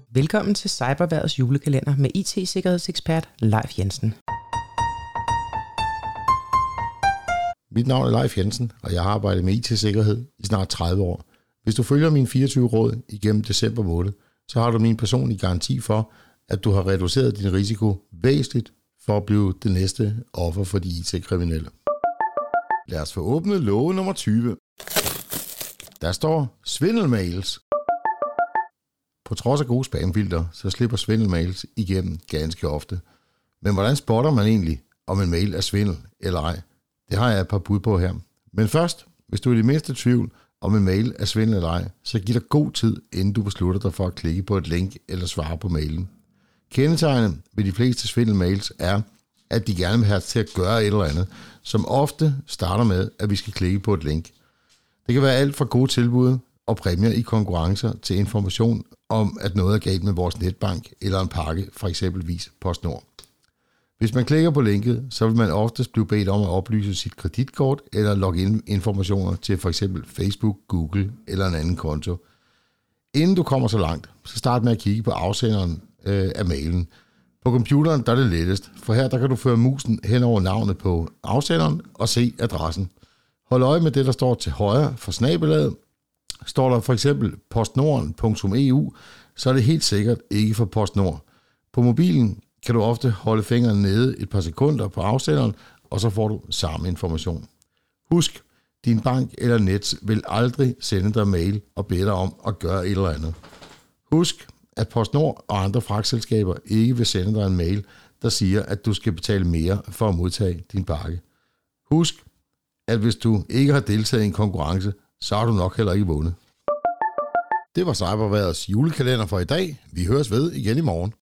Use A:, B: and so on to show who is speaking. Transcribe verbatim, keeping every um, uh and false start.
A: Velkommen til Cyberværdets julekalender med I T-sikkerhedsekspert Leif Jensen.
B: Mit navn er Leif Jensen, og jeg har arbejdet med I T-sikkerhed i snart tredive år. Hvis du følger mine fireogtyve råd igennem december måned, så har du min personlige garanti for, at du har reduceret din risiko væsentligt for at blive det næste offer for de I T-kriminelle. Lad os få åbnet låge nummer tyve. Der står svindelmails. På trods af gode spamfilter, så slipper svindelmails igennem ganske ofte. Men hvordan spotter man egentlig, om en mail er svindel eller ej? Det har jeg et par bud på her. Men først, hvis du er i det mindste tvivl, om en mail er svindel eller ej, så giv dig god tid, inden du beslutter dig for at klikke på et link eller svare på mailen. Kendetegnet ved de fleste svindelmails er, at de gerne vil have til at gøre et eller andet, som ofte starter med, at vi skal klikke på et link. Det kan være alt fra gode tilbud og præmier i konkurrencer til information om, at noget er galt med vores netbank eller en pakke, for eksempelvis PostNord. Hvis man klikker på linket, så vil man oftest blive bedt om at oplyse sit kreditkort eller login informationer til for eksempel Facebook, Google eller en anden konto. Inden du kommer så langt, så start med at kigge på afsenderen øh, af mailen. På computeren der er det lettest, for her der kan du føre musen hen over navnet på afsenderen og se adressen. Hold øje med det, der står til højre for snabelaget. Står der for eksempel postnorden punktum e u, så er det helt sikkert ikke for PostNord. På mobilen kan du ofte holde fingeren nede et par sekunder på afsenderen, og så får du samme information. Husk, din bank eller net vil aldrig sende dig mail og bede dig om at gøre et eller andet. Husk, at PostNord og andre fragtselskaber ikke vil sende dig en mail, der siger, at du skal betale mere for at modtage din pakke. Husk, at hvis du ikke har deltaget i en konkurrence, så har du nok heller ikke vundet. Det var Cyberværdets julekalender for i dag. Vi høres ved igen i morgen.